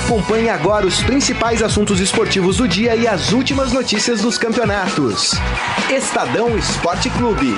Acompanhe agora os principais assuntos esportivos do dia e as últimas notícias dos campeonatos. Estadão Esporte Clube.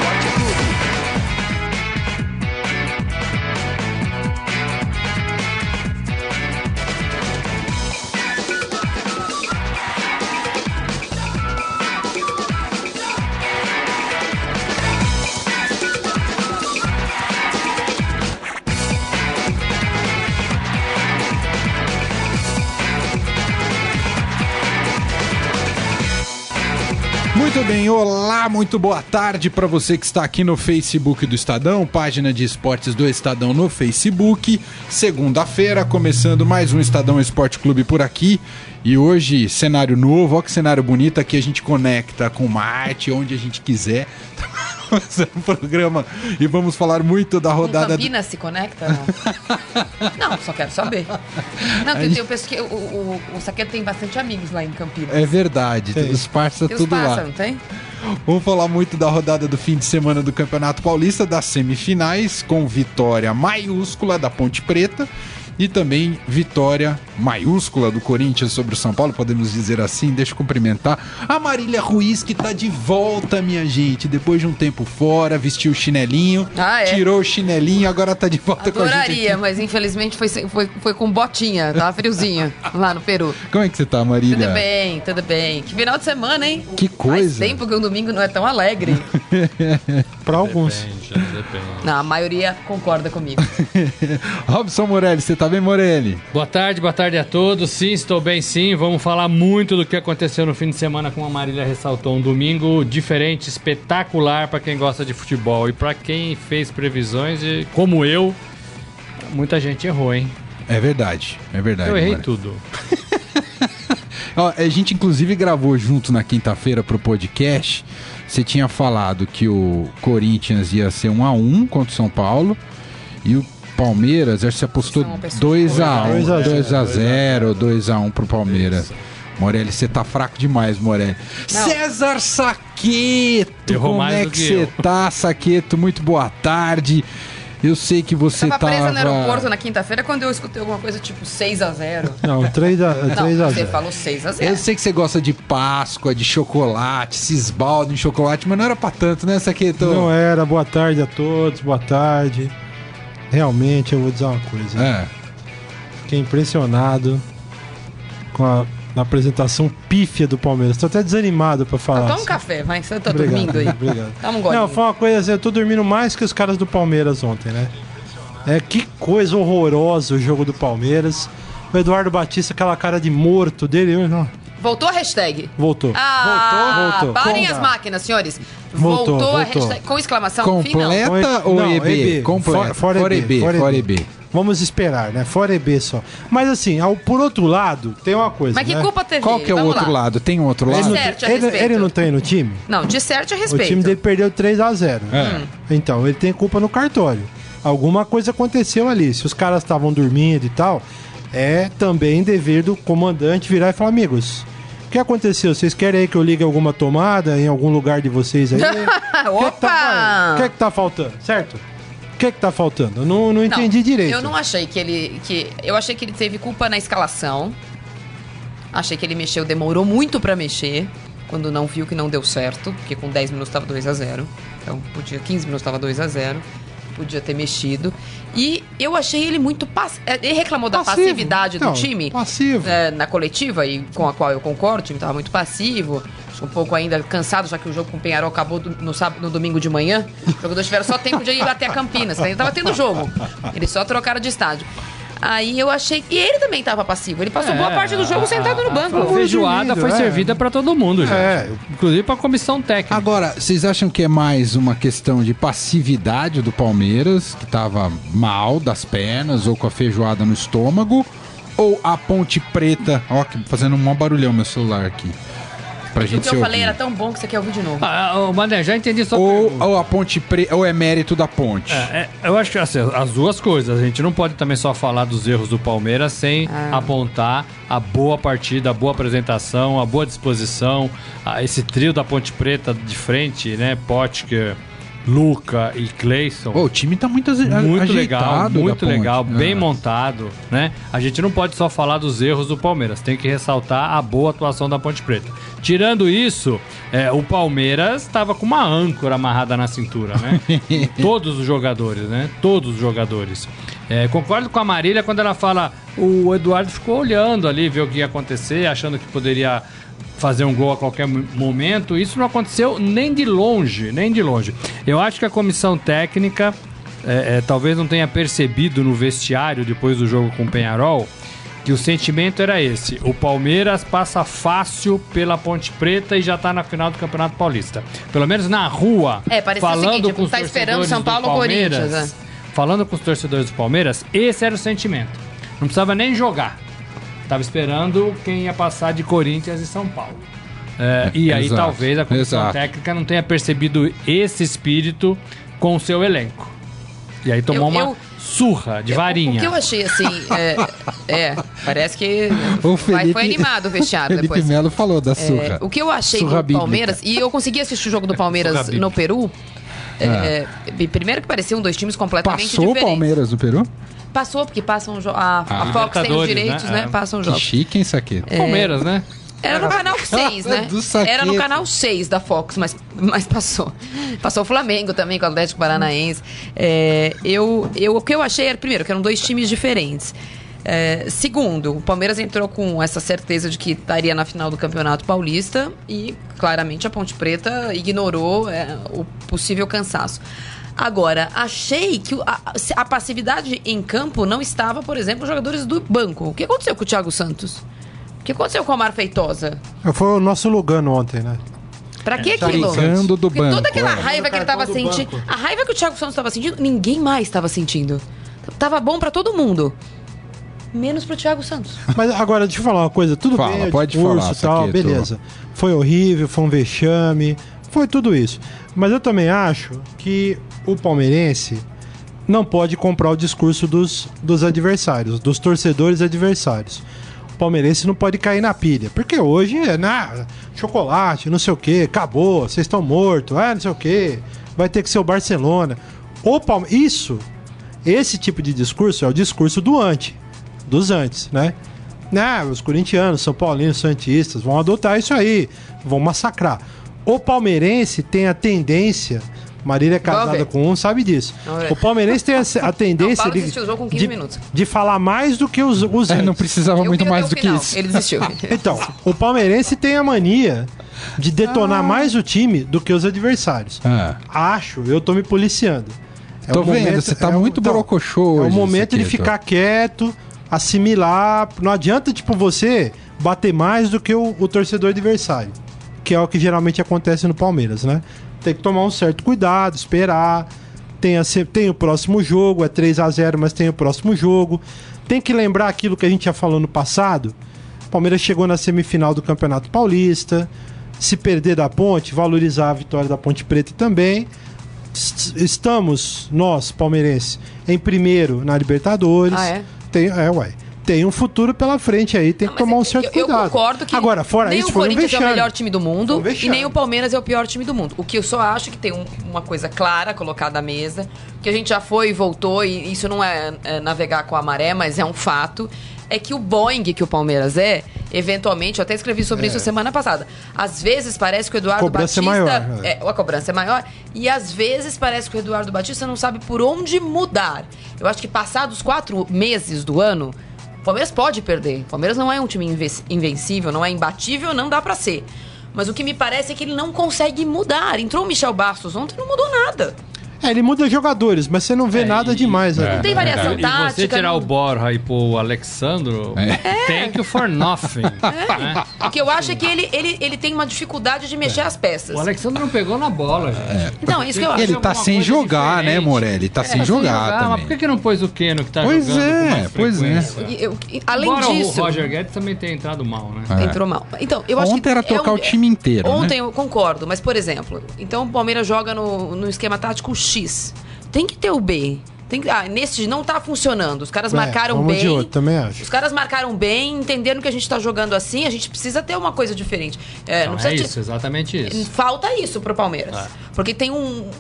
Muito bem, olá, muito boa tarde para você que está aqui no Facebook do Estadão, página de esportes do Estadão no Facebook. Segunda-feira, começando mais um Estadão Esporte Clube por aqui. E hoje, cenário novo, olha que cenário bonito, aqui a gente conecta com Marte, onde a gente quiser. Começando o programa e vamos falar muito da rodada... Campinas se conecta? Não, só quero saber. Não, eu penso que o Saqueto tem bastante amigos lá em Campinas. É verdade, os parça tudo lá. Não tem? Vamos falar muito da rodada do fim de semana do Campeonato Paulista, das semifinais, com vitória maiúscula da Ponte Preta e também vitória maiúscula do Corinthians sobre o São Paulo, podemos dizer assim. Deixa eu cumprimentar a Marília Ruiz, que tá de volta, minha gente, depois de um tempo fora, vestiu o chinelinho, tirou o chinelinho, agora tá de volta com a gente. Adoraria, mas infelizmente foi com botinha, tava friozinho lá no Peru. Como é que você tá, Marília? Tudo bem, tudo bem. Que final de semana, hein? Que coisa. Faz tempo que um domingo não é tão alegre. Pra alguns. Depende. Não, a maioria concorda comigo. Robson Morelli, você tá bem, Morelli? Boa tarde a todos. Sim, estou bem sim. Vamos falar muito do que aconteceu no fim de semana, como a Marília ressaltou. Um domingo diferente, espetacular para quem gosta de futebol. E para quem fez previsões, como eu, muita gente errou, hein? É verdade. Eu errei tudo. Ó, a gente inclusive gravou junto na quinta-feira pro podcast. Você tinha falado que o Corinthians ia ser 1-1 contra o São Paulo e o Palmeiras, acho que você apostou 2-0, 2-1 pro Palmeiras. Morelli, você tá fraco demais, Morelli. Não. César Saqueto, errou como é que você tá, Saqueto? Muito boa tarde. Eu sei que você tava presa no aeroporto na quinta-feira quando eu escutei alguma coisa tipo 6-0. Não, 3-0. Você falou 6-0. Eu sei que você gosta de Páscoa, de chocolate, se esbalda em chocolate, mas não era pra tanto, né, Saqueto? Não era. Boa tarde a todos, boa tarde. Realmente, eu vou dizer uma coisa. Fiquei impressionado com a apresentação pífia do Palmeiras. Tô até desanimado pra falar. Toma um café, vai. Você tá dormindo aí. Obrigado. Toma um golinho. Não, foi uma coisa assim, eu tô dormindo mais que os caras do Palmeiras ontem, né? Que coisa horrorosa o jogo do Palmeiras. O Eduardo Batista, aquela cara de morto dele. Não. Voltou a hashtag? Voltou. Voltou. Parem as máquinas, senhores. Voltou a hashtag com exclamação completa final. Ou não, EB? Fora EB. Vamos esperar, né? Fora EB só. Mas assim, por outro lado, tem uma coisa. Mas que culpa teve? Qual que é o outro lado? Tem um outro lado? Ele não tem no time? Não, disserte a respeito. O time dele perdeu 3-0. Então, ele tem culpa no cartório. Alguma coisa aconteceu ali. Se os caras estavam dormindo e tal, é também dever do comandante virar e falar: amigos, o que aconteceu? Vocês querem aí que eu ligue alguma tomada em algum lugar de vocês aí? Opa! O que é que tá faltando? Certo? O que é que tá faltando? Eu não entendi direito. Eu não achei eu achei que ele teve culpa na escalação. Achei que ele demorou muito pra mexer, quando não viu que não deu certo, porque com 10 minutos tava 2-0. Então, 15 minutos tava 2-0. Podia ter mexido. E eu achei ele muito ele reclamou da passividade do time. Passivo. Na coletiva, e com a qual eu concordo, o time tava muito passivo. Um pouco ainda cansado, já que o jogo com o Penharol acabou no domingo de manhã. Os jogadores tiveram só tempo de ir até a Campinas, ainda tava tendo jogo. Eles só trocaram de estádio. Aí eu achei... E ele também tava passivo. Ele passou boa parte do jogo sentado no banco. A feijoada foi servida pra todo mundo, gente. Inclusive pra comissão técnica. Agora, vocês acham que é mais uma questão de passividade do Palmeiras, que tava mal das pernas ou com a feijoada no estômago? Ou a Ponte Preta... Ó, fazendo um maior barulhão meu celular aqui. Pra gente o que eu falei era tão bom que você quer ouvir de novo. Mané, já entendi sua pergunta. Ou a Ponte Preta, ou é mérito da Ponte. Eu acho que assim, as duas coisas. A gente não pode também só falar dos erros do Palmeiras sem apontar a boa partida, a boa apresentação, a boa disposição, esse trio da Ponte Preta de frente, né? Potker, Luca e Cleison. O time tá muito Muito legal, ajeitado. muito da Ponte. legal, bem montado, né? A gente não pode só falar dos erros do Palmeiras, tem que ressaltar a boa atuação da Ponte Preta. Tirando isso, o Palmeiras estava com uma âncora amarrada na cintura, né? Todos os jogadores, né? Todos os jogadores. Concordo com a Marília quando ela fala, o Eduardo ficou olhando ali, ver o que ia acontecer, achando que poderia fazer um gol a qualquer momento. Isso não aconteceu nem de longe, nem de longe. Eu acho que a comissão técnica talvez não tenha percebido no vestiário, depois do jogo com o Peñarol, que o sentimento era esse. O Palmeiras passa fácil pela Ponte Preta e já tá na final do Campeonato Paulista. Pelo menos na rua, parecia falando o seguinte, com os tá esperando torcedores São Paulo do ou Palmeiras, Corinthians, falando com os torcedores do Palmeiras, esse era o sentimento. Não precisava nem jogar. Tava esperando quem ia passar de Corinthians e São Paulo. E aí Exato, talvez a comissão exato. técnica não tenha percebido esse espírito com o seu elenco. E aí tomou uma surra de varinha. O que eu achei assim, parece que foi animado o vestiário Felipe depois. Melo falou da surra. O que eu achei Surra do Palmeiras, e eu consegui assistir o jogo do Palmeiras no Peru, primeiro que pareciam dois times completamente Passou diferentes. o Palmeiras do Peru? Passou, porque passam a Fox tem os direitos, né? Passam Que jogos. chique, hein, Saqueto? Palmeiras, né? Era no canal 6, né? Do Saqueto. Era no canal 6 da Fox, mas passou. Passou o Flamengo também, com o Atlético Paranaense. O que eu achei era, primeiro, que eram dois times diferentes. Segundo, o Palmeiras entrou com essa certeza de que estaria na final do Campeonato Paulista e, claramente, a Ponte Preta ignorou o possível cansaço. Agora, achei que a passividade em campo não estava, por exemplo, os jogadores do banco. O que aconteceu com o Thiago Santos? O que aconteceu com o Omar Feitosa? Foi o nosso Lugano ontem, né? Pra que aquilo? Ligando do Porque banco. toda aquela raiva que ele tava sentindo, a raiva que o Thiago Santos estava sentindo, ninguém mais estava sentindo. Tava bom pra todo mundo. Menos pro Thiago Santos. Mas agora, deixa eu falar uma coisa. Tudo Fala, bem, pode discurso falar, e tal, Saqueto. beleza. Foi horrível, foi um vexame, foi tudo isso. Mas eu também acho que o palmeirense não pode comprar o discurso dos adversários, dos torcedores adversários. O palmeirense não pode cair na pilha, porque hoje chocolate, não sei o que, acabou, vocês estão mortos, não sei o que, vai ter que ser o Barcelona. Esse tipo de discurso é o discurso dos antes, né? Os corintianos, são paulinos, santistas vão adotar isso aí, vão massacrar. O palmeirense tem a tendência, Marília é casada com sabe disso. O palmeirense tem a tendência Paulo desistiu do jogo com 15 minutos. de falar mais do que os antes. Não precisava muito mais do que isso. Ele desistiu. Então, o palmeirense tem a mania de detonar mais o time do que os adversários. Eu tô me policiando. Tô vendo, você tá muito borocochô hoje. É o momento de Saqueto. ficar quieto, assimilar. Não adianta, você bater mais do que o torcedor adversário, que é o que geralmente acontece no Palmeiras, né? Tem que tomar um certo cuidado, esperar. Tem o próximo jogo, é 3-0, mas tem o próximo jogo. Tem que lembrar aquilo que a gente já falou no passado. O Palmeiras chegou na semifinal do Campeonato Paulista. Se perder da Ponte, valorizar a vitória da Ponte Preta também. Estamos, nós, palmeirenses, em primeiro na Libertadores. Tem um futuro pela frente aí, tem que tomar um certo cuidado. Eu concordo que agora, fora nem isso, o foi um Corinthians é o vexame. melhor time do mundo Foi um e vexame. nem o Palmeiras é o pior time do mundo. O que eu só acho que tem uma coisa clara colocada à mesa, que a gente já foi e voltou, e isso não é navegar com a maré, mas é um fato, é que o Boeing que o Palmeiras eventualmente, eu até escrevi sobre isso semana passada, às vezes parece que o Eduardo Cobrança Batista... maior. A cobrança é maior, e às vezes parece que o Eduardo Batista não sabe por onde mudar. Eu acho que passados 4 meses do ano, o Palmeiras pode perder. O Palmeiras não é um time invencível, não é imbatível, não dá pra ser. Mas o que me parece é que ele não consegue mudar. Entrou o Michel Bastos ontem e não mudou nada. Ele muda jogadores, mas você não vê nada demais ali. Não tem variação E tática. você tirar não... o Borja e pôr o Alexandro, thank you for nothing. Né? O que eu acho é que ele tem uma dificuldade de mexer as peças. O Alexandro não pegou na bola, gente. Então, é isso que eu acho. Ele tá alguma sem coisa jogar, diferente. né, Morelli? Tá sem jogar Mas também. por que não pôs o Keno que tá Pois jogando é, com mais pois é. frequência? Além Embora disso... o Roger Guedes também tenha entrado mal, né? Entrou mal. Então, eu acho Ontem que era trocar o time inteiro, Ontem né? eu concordo, mas, por exemplo, então o Palmeiras joga no esquema tático X. Tem que ter o B. Nesse não tá funcionando. Os caras marcaram vamos bem. de outro, também acho. Os caras marcaram bem, entenderam que a gente tá jogando assim, a gente precisa ter uma coisa diferente. Não precisa isso, exatamente isso. Falta isso pro Palmeiras. Porque tem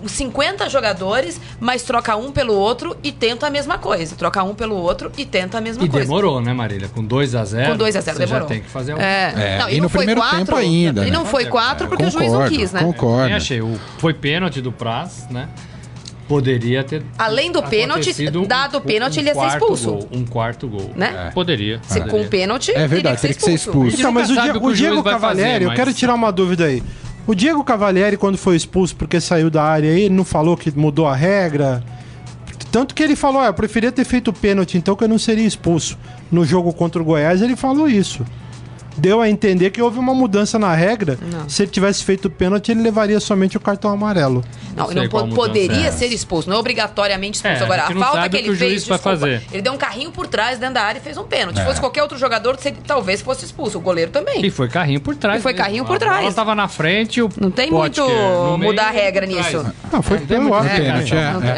50 jogadores, mas troca um pelo outro e tenta a mesma coisa. Troca um pelo outro e tenta a mesma coisa. E demorou, né, Marília? Com 2-0. Com 2-0 você demorou. já tem que fazer e no primeiro tempo ainda. E não né? foi 4 porque o juiz não quis, né? Concordo. Eu achei. Foi pênalti do Praz, né? Poderia ter. Além do pênalti, dado o pênalti, ele ia ser expulso. Um quarto gol. Né? Poderia. Com o pênalti, É verdade, teria que ser expulso. Então, mas sabe o que o o Diego juiz vai Cavalieri, fazer, eu quero tirar uma dúvida aí. O Diego Cavalieri, quando foi expulso porque saiu da área aí, ele não falou que mudou a regra? Tanto que ele falou, eu preferia ter feito o pênalti, então que eu não seria expulso. No jogo contra o Goiás, ele falou isso. Deu a entender que houve uma mudança na regra. Não. Se ele tivesse feito o pênalti, ele levaria somente o cartão amarelo. Não, poderia ser expulso, não é obrigatoriamente expulso. Agora, a falta que ele fez, ele deu um carrinho por trás dentro da área e fez um pênalti. Se fosse qualquer outro jogador, talvez fosse expulso. O goleiro também. E foi carrinho por trás. Ela tava na frente, não tem muito mudar a regra nisso. Não, foi pelo pênalti.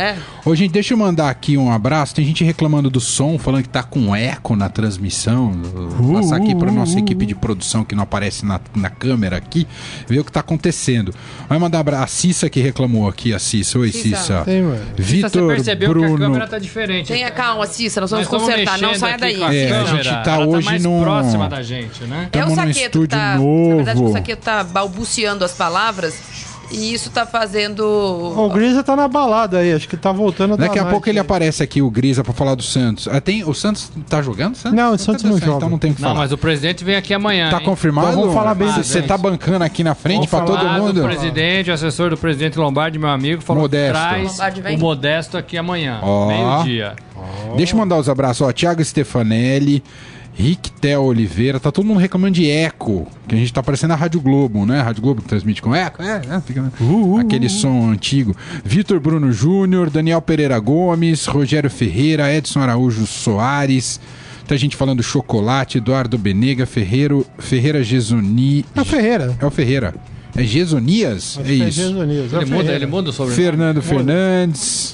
Ô, gente, deixa eu mandar aqui um abraço. Tem gente reclamando do som, falando que tá com eco na transmissão. Vou passar aqui pra nossa equipe de produção que não aparece na câmera aqui, ver o que tá acontecendo. Vai mandar a Cissa que reclamou aqui, a Cissa. Oi, Cissa. Vitor, você percebeu Bruno. que a câmera tá diferente. Tenha calma, Cissa, nós vamos consertar. Não saia daí. A gente tá hoje mais próxima da gente, né? É o Saqueto que tá, novo. na verdade, o Saqueto tá balbuciando as palavras. E isso tá fazendo... O Grisa tá na balada aí, acho que tá voltando Daqui a pouco ele aparece aqui, o Grisa, pra falar do Santos. O Santos tá jogando, Santos? Não, o Santos não joga. Então não tem o que falar. Não, mas o presidente vem aqui amanhã. Tá confirmado? Então vamos falar bem do Você tá bancando aqui na frente pra todo mundo? O presidente, o assessor do presidente Lombardi, meu amigo, falou Modesto. Traz o Modesto aqui amanhã, meio-dia. Deixa eu mandar os abraços. Thiago Stefanelli, Rick Theo Oliveira, tá todo mundo reclamando de eco, que a gente tá parecendo a Rádio Globo, né? A Rádio Globo que transmite com eco, fica aquele som antigo. Vitor Bruno Júnior, Daniel Pereira Gomes, Rogério Ferreira, Edson Araújo Soares, tá gente falando chocolate, Eduardo Benega, Ferreira Gesoni... É o Ferreira. É o Ferreira. É Gesonias? É isso. Ele muda o sobrenome. Fernando Fernandes...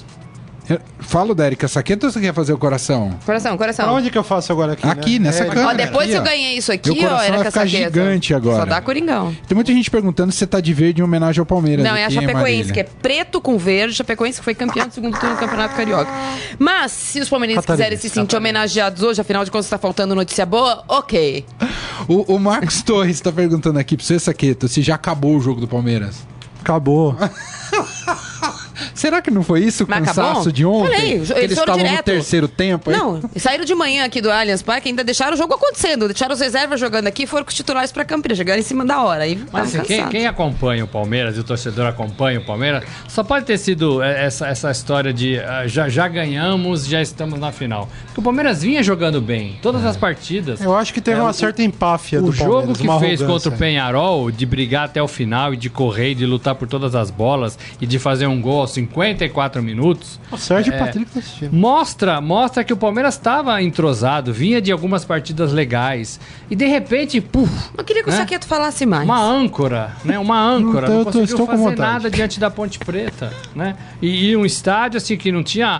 Fala da Erika Saqueto ou você quer fazer o coração? Coração. Pra onde que eu faço agora aqui? Aqui, né? nessa câmera. Depois aqui, que eu ganhei isso aqui, o coração vai ficar gigante agora. Só dá Coringão. Tem muita gente perguntando se você tá de verde em homenagem ao Palmeiras. Não, é a Chapecoense, que é preto com verde. Chapecoense que foi campeão do segundo turno do Campeonato Carioca. Mas, se os palmeirenses quiserem se sentir homenageados hoje, afinal de contas tá faltando notícia boa, ok. O Marcos Torres tá perguntando aqui pra você, Saqueto, se já acabou o jogo do Palmeiras. Acabou. Será que não foi isso o cansaço de ontem? Falei, que eles estavam direto. no terceiro tempo? Não, saíram de manhã aqui do Allianz Parque, ainda deixaram o jogo acontecendo, deixaram os reservas jogando aqui e foram com os titulares pra Campinas, chegaram em cima da hora. Aí, mas assim, quem acompanha o Palmeiras e o torcedor acompanha o Palmeiras, só pode ter sido essa história de já ganhamos, já estamos na final. Porque o Palmeiras vinha jogando bem, todas as partidas. Eu acho que teve uma certa empáfia do Palmeiras. O jogo que fez contra o Peñarol, de brigar até o final e de correr, de lutar por todas as bolas e de fazer um gol aos 54 minutos. O Sérgio e o Patrick tá assistindo. Mostra que o Palmeiras estava entrosado, vinha de algumas partidas legais e de repente, eu queria que o Saqueto falasse mais. Uma âncora, né? Não conseguiu fazer vontade. nada diante da Ponte Preta, né? E um estádio assim que não tinha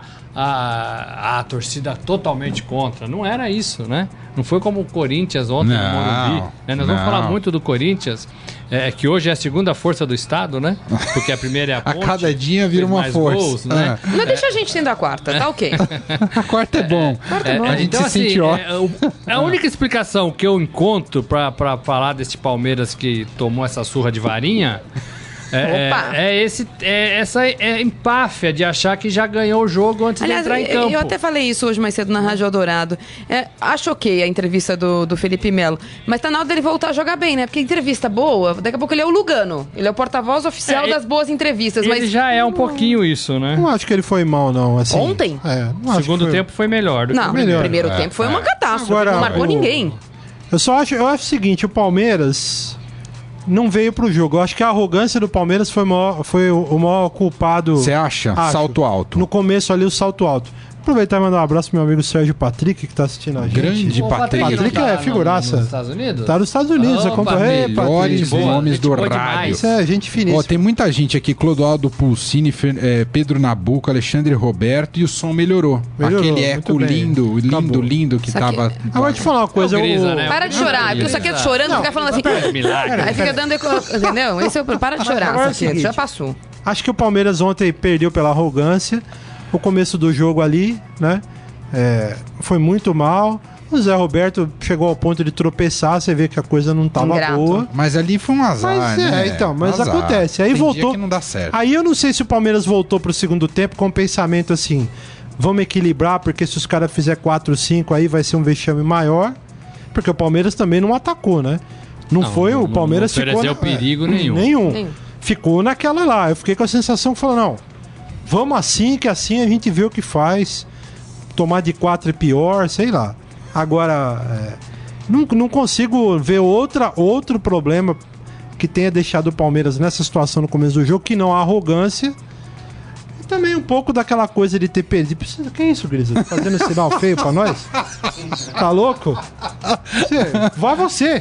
a torcida totalmente contra, não era isso, né? Não foi como o Corinthians ontem no Morumbi, né? Nós vamos falar muito do Corinthians, que hoje é a segunda força do estado, né? Porque a primeira é a Ponte. A cada dia vira uma força. Gols, né? Não deixa a gente tendo a quarta, tá ok. A quarta é bom. A gente então, se sente a única explicação que eu encontro pra falar desse Palmeiras que tomou essa surra de varinha essa empáfia de achar que já ganhou o jogo antes de entrar em campo. Eu até falei isso hoje mais cedo na Rádio Eldorado. Acho ok a entrevista do Felipe Melo, mas tá na hora dele voltar a jogar bem, né? Porque entrevista boa, daqui a pouco ele é o Lugano. Ele é o porta-voz oficial das boas entrevistas. Ele já é um pouquinho isso, né? Não acho que ele foi mal, não. Assim, ontem? O segundo tempo foi melhor. Não, o primeiro tempo foi uma catástrofe. Agora, não marcou ninguém. Eu acho o seguinte, o Palmeiras não veio pro jogo. Eu acho que a arrogância do Palmeiras foi o maior culpado. Você acha? Salto alto. No começo ali, o salto alto. Aproveitar e mandar um abraço pro meu amigo Sérgio Patrick, que tá assistindo a gente. Grande Patrick. Patrick é figuraça. Nos Estados Unidos? Tá nos Estados Unidos, acompanha. Melhores nomes do boa rádio. demais. Isso é gente finíssima. Ó, tem muita gente aqui, Clodoaldo Pulcini, Pedro Nabuco, Alexandre Roberto, e o som melhorou. Melhorou, Aquele muito eco bem. lindo, Acabou. lindo que Sabe tava... Agora te falar uma coisa. É o Grisa, né? Para de chorar, porque o Saqueto chorando fica falando assim. Milagre. Aí fica dando. Entendeu? Esse é o... Para de chorar, agora é o Saqueto. seguinte. Já passou. Acho que o Palmeiras ontem perdeu pela arrogância. O começo do jogo ali, né? Foi muito mal. O Zé Roberto chegou ao ponto de tropeçar. Você vê que a coisa não tava Ingrato. boa. Mas ali foi um azar, Mas né? mas Azar. acontece. Aí Tem voltou. dia que não dá certo. Aí eu não sei se o Palmeiras voltou pro segundo tempo com o pensamento assim: vamos equilibrar, porque se os caras fizerem 4-5 aí vai ser um vexame maior. Porque o Palmeiras também não atacou, né? Não foi, o Palmeiras não ficou. ofereceu perigo nenhum. Nenhum. Ficou naquela lá. Eu fiquei com a sensação que falou: não, vamos assim, que assim a gente vê o que faz. Tomar de 4 é pior, sei lá. Agora, não consigo ver outro problema que tenha deixado o Palmeiras nessa situação no começo do jogo, que não a arrogância. E também um pouco daquela coisa de ter perdido. Que é isso, Grisa? Tá fazendo sinal feio pra nós? Tá louco? Vai você!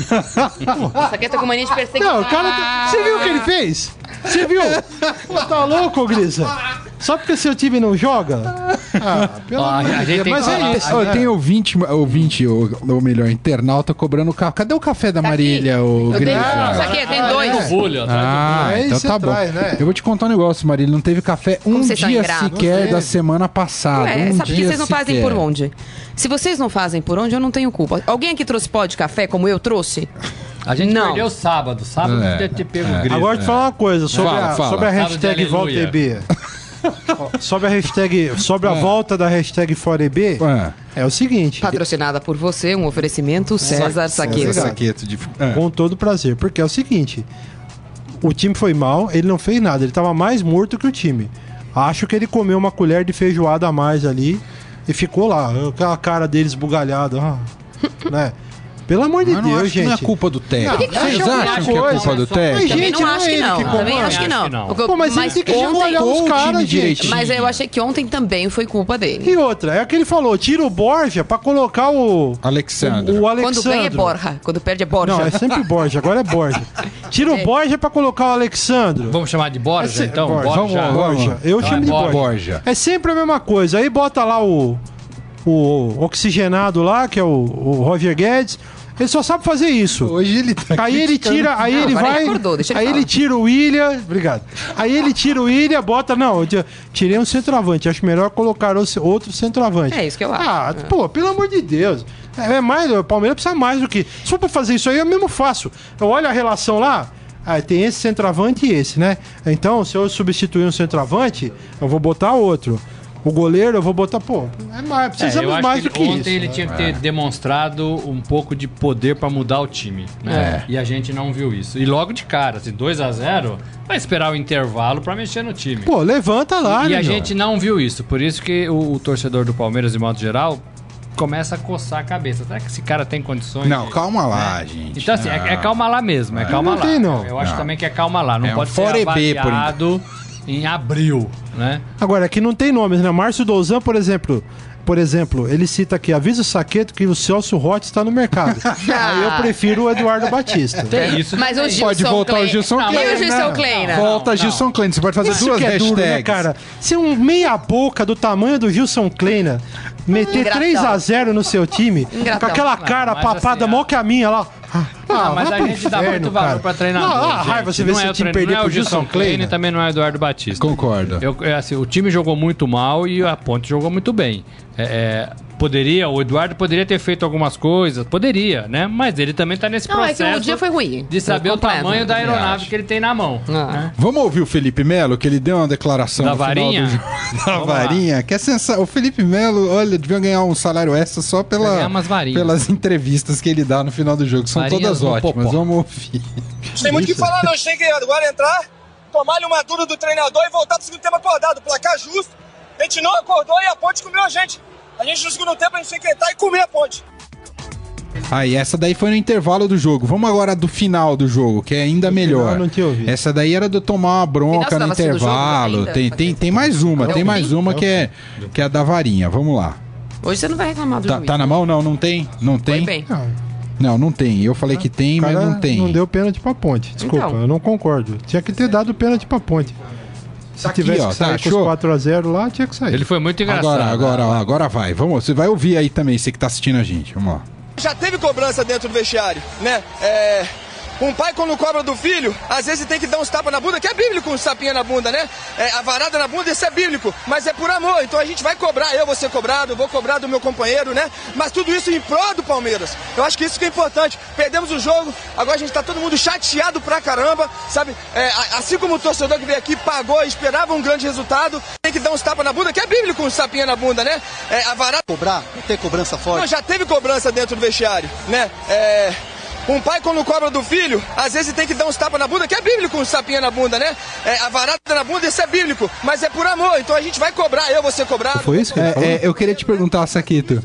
Saqueto com mania de perseguição. Não, o cara. Você viu o que ele fez? Você viu? Pô, tá louco, Grisa? Só porque seu time não joga? Ah, pelo Ó, amor a de gente Deus. tem Mas que é falar- isso. Ó, tem ouvinte, ou melhor, internauta cobrando o carro. Cadê o café da Tá Marília, aqui. o Eu Grisa? tenho. Saqueto, tem dois. Bulho, Ah, Aí então você tá bom. traz, né? Eu vou te contar um negócio, Marília. Não teve café um vocês são dia ingratos. sequer Não da teve. semana passada. Ué, um sabe por que dia vocês não fazem sequer. por onde? Se vocês não fazem por onde, eu não tenho culpa. Alguém aqui trouxe pó de café, como eu trouxe? A gente Não. perdeu sábado. Sábado deve ter pego o grito. Agora te falar uma coisa sobre, Fala. sobre a Sábado hashtag de Volta aleluia. EB. Sobre a hashtag. Sobre a volta da hashtag Fora EB. É o seguinte. Patrocinada por você, um oferecimento César Saqueto. César. Saqueto de... Com todo prazer. Porque é o seguinte: o time foi mal, ele não fez nada, ele tava mais morto que o time. Acho que ele comeu uma colher de feijoada a mais ali e ficou lá, aquela cara dele esbugalhada, né? Pelo amor de Mas não Deus, acho que gente. não é culpa do técnico. Não, Vocês deixa eu acham ver que é uma culpa do coisa. técnico? Mas, Também gente, não não acho é que ele não. que Também comanda. acho que não. Acho que não. O que eu- Pô, mas ele tem que olhar os o caras, time gente. direitinho. Mas eu achei que ontem também foi culpa dele. E outra, é que ele falou, tira o Borja pra colocar o Alexandre. Alexandre. Quando ganha é Borja, quando perde é Borja. Não, é sempre Borja, agora é Borja. Tira o Borja pra colocar o Alexandre. Vamos chamar de Borja, então? Borja. Borja. Borja. Eu Então chamo é de Borja. Borja. É sempre a mesma coisa. Aí bota lá o oxigenado lá, que é o Roger Guedes. Ele só sabe fazer isso. Hoje ele tá Aí ele tira, aí Não, ele agora vai. ele acordou, deixa ele Aí falar. ele tira o William. Obrigado. Aí ele tira o William, bota. Não, eu tirei um centroavante. Acho melhor colocar outro centroavante. É isso que eu acho. Ah, pô, pelo amor de Deus. É mais, o Palmeiras precisa mais do que. Se for pra fazer isso aí, eu mesmo faço. Eu olho a relação lá. Ah, tem esse centroavante e esse, né? Então, se eu substituir um centroavante, eu vou botar outro. O goleiro, eu vou botar, pô, precisamos eu acho mais que do que ontem isso. ele tinha que ter demonstrado um pouco de poder pra mudar o time, né? E a gente não viu isso. E logo de cara, assim, 2-0, vai esperar o intervalo pra mexer no time. Pô, levanta lá, E né, a meu? gente não viu isso. Por isso que o torcedor do Palmeiras, de modo geral, começa a coçar a cabeça. Será que esse cara tem condições? Não, de- calma lá, gente. Então, assim, é calma lá mesmo. É calma Não lá. tem, não. Eu acho Não. também que é calma lá. Não É um pode fora ser EB, por avaliado em abril, né? Agora, aqui não tem nomes, né? Márcio Douzan, por exemplo, ele cita aqui, avisa o Saqueto que o Celso Rotti está no mercado. Aí eu prefiro o Eduardo Batista. Tem isso. Mas o também. Gilson Pode voltar o Kleina. Gilson Não, Kleina. e o Gilson Kleina? Volta Não, Gilson Kleina. Você pode fazer Isso duas que é hashtags. duro, né, cara? Se um meia boca do tamanho do Gilson Kleina meter Ingratão. 3-0 no seu time, Ingratão. com aquela cara mas papada assim, mó que a minha lá. Não, mas vai a pro gente dá inferno, muito valor cara. pra treinador. Não, a gente. raiva você vê Não seu é o time treino- perder não é pro o Gilson Gilson Kleina Kleina. e também não é o Eduardo Batista. Concordo. Assim, o time jogou muito mal e a Ponte jogou muito bem. O Eduardo poderia ter feito algumas coisas, poderia, né? Mas ele também tá nesse Não, é processo que o dia foi ruim. de saber Foi o completo. tamanho da aeronave acho. que ele tem na mão. Ah. Vamos ouvir o Felipe Melo, que ele deu uma declaração Da no final varinha? do jogo. Da Vamos lá. varinha, que é sensacional. O Felipe Melo, olha, devia ganhar um salário extra só Vai ganhar umas varinhas. pelas entrevistas que ele dá no final do jogo. São Varinhas todas no ótimas. popó. Vamos ouvir. Não tem muito o que falar, não. A gente tem que agora entrar, tomar-lhe uma dura do treinador e voltar pro segundo tempo acordado. Placar justo. A gente não acordou e a Ponte comeu a gente. A gente no segundo tempo a gente tem que entrar e comer a Ponte. Aí, essa daí foi no intervalo do jogo. Vamos agora do final do jogo, que é ainda melhor. não tinha ouvido. Essa daí era de tomar uma bronca no intervalo. Tem mais uma, que é a da varinha. Vamos lá. Hoje você não vai reclamar do juiz. Tá na mão? Não, não tem. Não tem. Foi bem. Não tem. Eu falei que tem, mas não tem. Não deu pênalti pra Ponte. Desculpa, Então. eu não concordo. Tinha que ter dado pênalti pra Ponte. Se Aqui, tivesse ó, que sair tá, com os 4-0 lá, tinha que sair. Ele foi muito engraçado. Agora vai. Vamos, você vai ouvir aí também, você que tá assistindo a gente. Vamos lá. Já teve cobrança dentro do vestiário, né? Um pai quando cobra do filho, às vezes tem que dar uns tapas na bunda, que é bíblico uns tapinha na bunda, né? A varada na bunda, isso é bíblico, mas é por amor. Então a gente vai cobrar, eu vou ser cobrado, vou cobrar do meu companheiro, né? Mas tudo isso em prol do Palmeiras. Eu acho que isso que é importante. Perdemos o jogo, agora a gente tá todo mundo chateado pra caramba, sabe? Assim como o torcedor que veio aqui pagou e esperava um grande resultado, tem que dar uns tapas na bunda, que é bíblico uns tapinha na bunda, né? A varada... Cobrar, não tem cobrança forte. Não, já teve cobrança dentro do vestiário, né? Um pai quando cobra do filho, às vezes tem que dar uns tapas na bunda, que é bíblico uns tapinha na bunda, né? A varada na bunda, isso é bíblico, mas é por amor. Então a gente vai cobrar, eu vou ser cobrado. Foi isso que ele falou? Eu queria te perguntar, Saquito.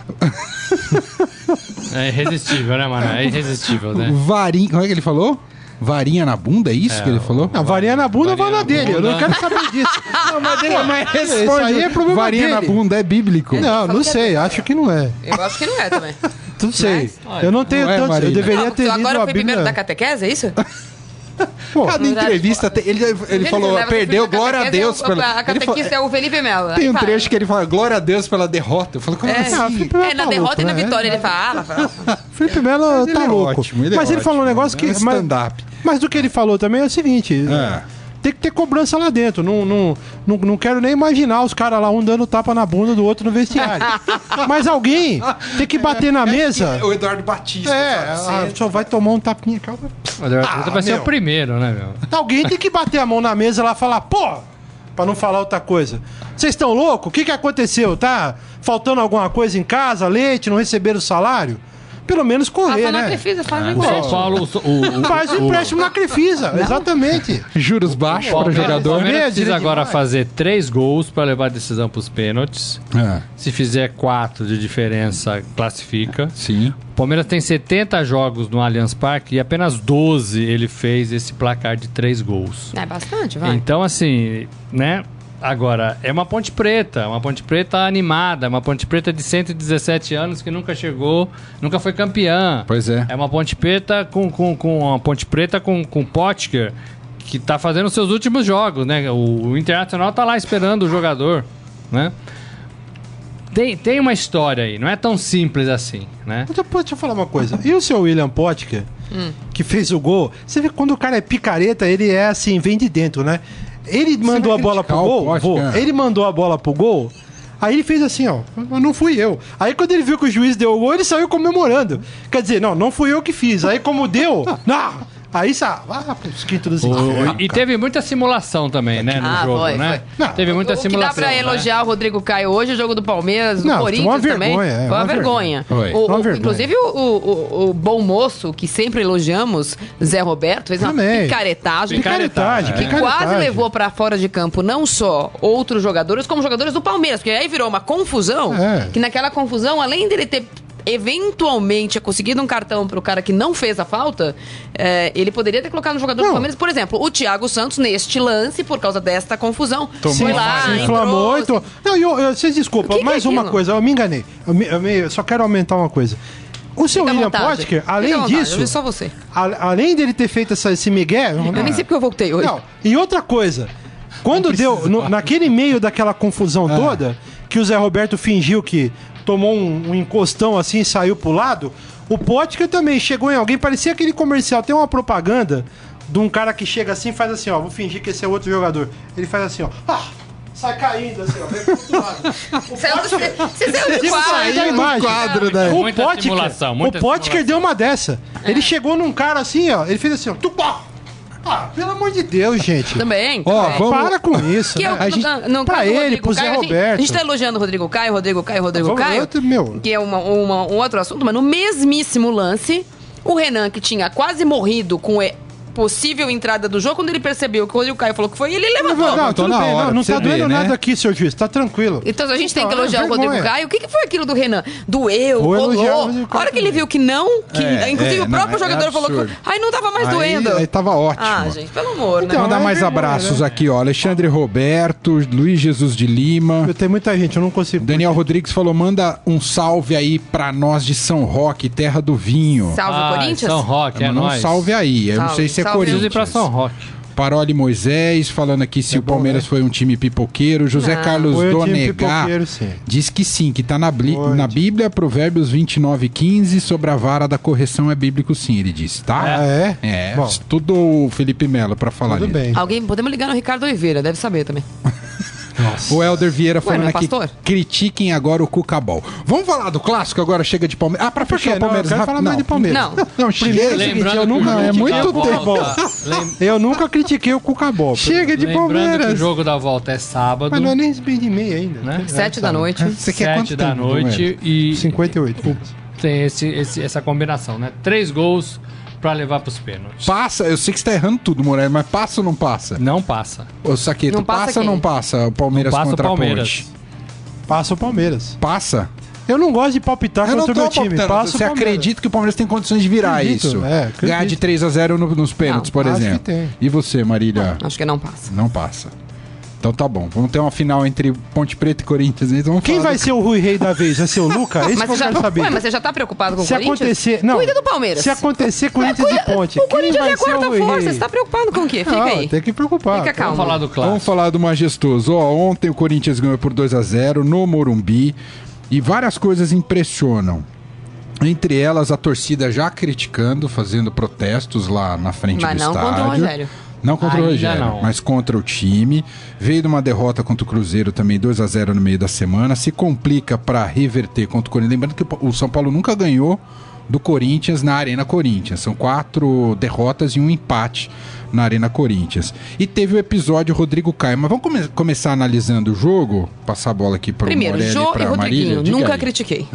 É irresistível, né, mano? É irresistível, né? Varinha, como é que ele falou? Varinha na bunda, é isso que ele falou? Não, varinha na bunda vai na dele. Eu não quero saber disso. Não, mas isso aí é problema Varinha dele. na bunda é bíblico. Não sei. Acho que não é. Eu acho que não é também. Não sei. Eu não tenho Não é, tanto. Eu Marina. deveria ter lido Agora a foi primeiro da Bíblia. catequese, é isso? Pô, Cada entrevista, ele falou, Leva perdeu, sempre glória a catequese, Deus. A catequista é o Felipe Melo. Tem Aí um fala. trecho que ele fala, glória a Deus pela derrota. Eu falo, como assim? Na derrota e na vitória ele fala. Felipe Melo Ele tá é louco. ótimo, ele é Mas ele falou um ótimo. negócio que. É stand-up. Mas do que ele falou também é o seguinte: tem que ter cobrança lá dentro. Não quero nem imaginar os caras lá um dando tapa na bunda do outro no vestiário. Mas alguém tem que bater na mesa. O Eduardo Batista. Só vai tomar um tapinha. Calma. Vai ser meu. o primeiro, né, meu? Alguém tem que bater a mão na mesa lá e falar, pô, pra não falar outra coisa. Vocês estão loucos? O que aconteceu? Tá faltando alguma coisa em casa? Leite? Não receberam o salário? Pelo menos correr, Na né? Crefisa, faz O igual. São Paulo... Faz o empréstimo na Crefisa, exatamente. Juros baixos para o O jogador. Palmeiras precisa direito agora demais. fazer 3 gols pra levar a decisão pros pênaltis. Se fizer 4 de diferença, classifica. Sim. O Palmeiras tem 70 jogos no Allianz Parque e apenas 12 ele fez esse placar de 3 gols. É bastante, vai. Então, assim, né? Agora, é uma Ponte Preta animada, uma Ponte Preta de 117 anos que nunca chegou, nunca foi campeã. Pois é. É uma Ponte Preta com Potker, que tá fazendo seus últimos jogos, né? O Internacional tá lá esperando o jogador, né? Tem uma história aí, não é tão simples assim, né? Deixa eu falar uma coisa. E o seu William Potker, que fez o gol, você vê que quando o cara é picareta, ele é assim, vem de dentro, né? Ele mandou a bola pro criticar o gol, Potker? ele mandou a bola pro gol, aí ele fez assim, ó, não fui eu. Aí quando ele viu que o juiz deu o gol, ele saiu comemorando. Quer dizer, não fui eu que fiz. Aí como deu, aí sabe, pros quintos dos E teve muita simulação também, né, no jogo, foi, né? foi. Teve muita O que simulação. dá pra né? elogiar o Rodrigo Caio hoje, o jogo do Palmeiras, do Não, Corinthians foi uma também. vergonha, Foi uma uma vergonha. Foi. Uma vergonha. Inclusive o bom moço, que sempre elogiamos, Zé Roberto, fez uma Também. picaretagem. Picaretagem, Que quase levou pra fora de campo não só outros jogadores, como jogadores do Palmeiras. Porque aí virou uma confusão, que naquela confusão, além dele ter eventualmente conseguido um cartão pro cara que não fez a falta, ele poderia ter colocado no jogador do Palmeiras. Por exemplo, o Thiago Santos, neste lance, por causa desta confusão, foi lá, se inflamou. entrou, Não, vocês desculpam, Que mais é uma aquilo? coisa, eu me enganei. Eu só quero aumentar uma coisa. O seu Fica à William vontade. Potker, Fica à além vontade, disso, eu vi só você. além dele ter feito esse migué... Eu nem sei porque eu voltei hoje. Não, e outra coisa, quando deu, naquele meio daquela confusão toda, que o Zé Roberto fingiu que tomou um encostão assim e saiu pro lado, o Potker também chegou em alguém, parecia aquele comercial, tem uma propaganda de um cara que chega assim e faz assim, ó, vou fingir que esse é outro jogador. Ele faz assim, ó, sai caindo assim, ó, vem pro outro lado. Você saiu do Saiu da quadro. imagem. quadro, né? O Muita Potker, simulação, muita o Potker simulação. deu uma dessa. Ele chegou num cara assim, ó, ele fez assim, ó, tupá. Pelo amor de Deus, gente. Também. Ó, também. vamos- Para com isso. Que né? eu, A gente, no pra caso do ele, Rodrigo pro Zé Caio, Roberto. A gente tá elogiando o Rodrigo Caio, Vamos, meu. que é um outro assunto, mas no mesmíssimo lance, o Renan, que tinha quase morrido possível entrada do jogo, quando ele percebeu que o Caio falou que foi, ele levantou. Não, tudo na bem, hora, não pra tá você ver, doendo né? nada aqui, seu juiz, tá tranquilo. Então a gente tem que Então, elogiar o Rodrigo vergonha. Caio. O que foi aquilo do Renan? Doeu, Vou elogiar o rolou. Rodrigo A hora Caio que ele viu que não, que inclusive o próprio jogador falou que aí não tava mais doendo. Aí tava ótimo. Ah, gente, pelo amor, Então, né? Mandar é mais vergonha, abraços né? aqui, ó. Alexandre Roberto, Luiz Jesus de Lima. Tem muita gente, eu não consigo. Daniel Rodrigues falou: manda um salve aí pra nós de São Roque, terra do vinho. Salve o Corinthians? São Roque, é Manda um nóis. salve aí. Eu não Salve, sei se é salve. Corinthians. Preciso ir pra São Roque. Paroli Moisés falando aqui se o bom, Palmeiras né? foi um time pipoqueiro. José Não. Carlos Foi um time Donegar pipoqueiro, sim. diz que sim, que tá na Foi. Bíblia, Provérbios 29:15, sobre a vara da correção é bíblico sim, ele disse, tá? Ah, é? É, Bom, estudou o Felipe Melo pra falar tudo nisso. bem. Alguém, podemos ligar no Ricardo Oliveira, deve saber também. O Helder Vieira falando não é aqui, pastor? critiquem agora o Cucabol. Vamos falar do clássico agora, chega de Palmeiras. Ah, pra fechar o Não, Palmeiras. eu quero falar mais de Palmeiras. Não. Não, Primeiro, chega. é o seguinte, eu que o nunca, jogo é de muito volta- eu nunca critiquei o Cucabol. Chega de Lembrando que o Palmeiras. jogo da volta é sábado, Mas não é nem bem de meia ainda. né? 7 da noite. Você quer 7 quanto da tempo, noite e 58. tem essa combinação, né? 3 gols pra levar pros pênaltis. Passa, eu sei que você tá errando tudo, Moreira, mas passa ou não passa? Não passa. Ô, Saqueto, Não passa passa ou quem? não passa o Palmeiras Não passa contra o Palmeiras. a Ponte? Passa o Palmeiras. Passa? Eu não gosto de palpitar Eu não contra o tô meu time. palpitando. Passa Você o Palmeiras. acredita que o Palmeiras tem condições de virar Acredito, isso? acredito. Ganhar de 3-0 nos pênaltis, Não, por acho exemplo. que tem. E você, Marília? Acho que não passa. Não passa. Então tá bom. Vamos ter uma final entre Ponte Preta e Corinthians. Então vamos Quem falar vai do- ser o Rui Rei da vez? Vai ser o Luca? Esse que eu Mas quero saber. mas você já tá preocupado com o Se Corinthians? acontecer... Não, Cuida do Palmeiras. Se acontecer Corinthians e Ponte, O quem Corinthians vai é a ser o quarta Rui força. Rei? Você tá preocupado com o quê? Fica Não, aí. tem que preocupar. Fica calmo. Vamos falar do Vamos clássico. falar do majestoso. Ó, ontem o Corinthians ganhou por 2-0 no Morumbi e várias coisas impressionam. Entre elas, a torcida já criticando, fazendo protestos lá na frente Mas do não estádio. contra o Rogério. Não contra o Ainda Rogério, não. mas contra o time. Veio de uma derrota contra o Cruzeiro também, 2-0 no meio da semana. Se complica para reverter contra o Corinthians. Lembrando que o São Paulo nunca ganhou do Corinthians na Arena Corinthians. São 4 derrotas e um empate na Arena Corinthians. E teve o episódio Rodrigo Caio. Mas vamos começar analisando o jogo? Passar a bola aqui para o Primeiro, Morelli Jô e para e a Marília. Rodriguinho. Diga Nunca aí. critiquei.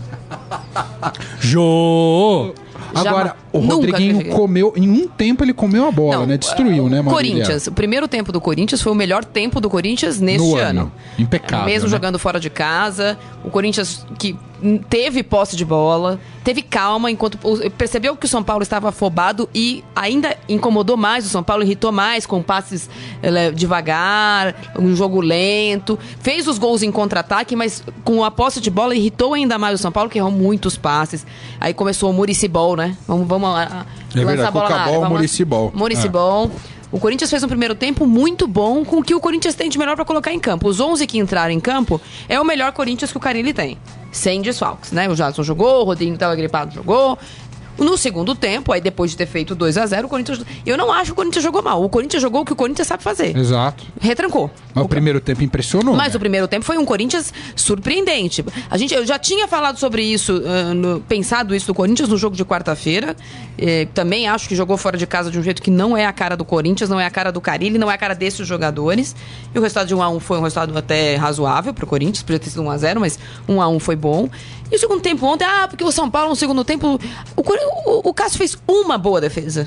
Jô! Agora, o Nunca Rodriguinho critiquei. comeu, em um tempo ele comeu a bola, né? Destruiu, né, Marília? Corinthians. O primeiro tempo do Corinthians foi o melhor tempo do Corinthians neste No ano. ano. Impecável, Mesmo né? jogando fora de casa. O Corinthians que teve posse de bola, teve calma, enquanto percebeu que o São Paulo estava afobado e ainda incomodou mais o São Paulo, irritou mais com passes devagar, um jogo lento. Fez os gols em contra-ataque, mas com a posse de bola irritou ainda mais o São Paulo, que errou muitos passes. Aí começou o Muricibol, né? Vamos verdade, lançar a bola na área. Cucabol, Vamos lá. Muricibol. Muricibol. O Corinthians fez um primeiro tempo muito bom, com o que o Corinthians tem de melhor para colocar em campo. Os 11 que entraram em campo é o melhor Corinthians que o Carille tem. Sem desfalques, né? O Jadson jogou, o Rodrigo estava gripado, jogou. No segundo tempo, aí depois de ter feito 2-0, o Corinthians... Eu não acho que o Corinthians jogou mal. O Corinthians jogou o que o Corinthians sabe fazer. Exato. Retrancou. Mas o primeiro tempo impressionou. Mas né? o primeiro tempo foi um Corinthians surpreendente. Eu já tinha falado sobre isso, pensado isso do Corinthians no jogo de quarta-feira. Também acho que jogou fora de casa de um jeito que não é a cara do Corinthians, não é a cara do Carille, não é a cara desses jogadores. E o resultado de 1-1 foi um resultado até razoável pro Corinthians, podia ter sido 1-0, mas 1-1 foi bom. E o segundo tempo ontem, porque o São Paulo no segundo tempo... O Cássio fez uma boa defesa.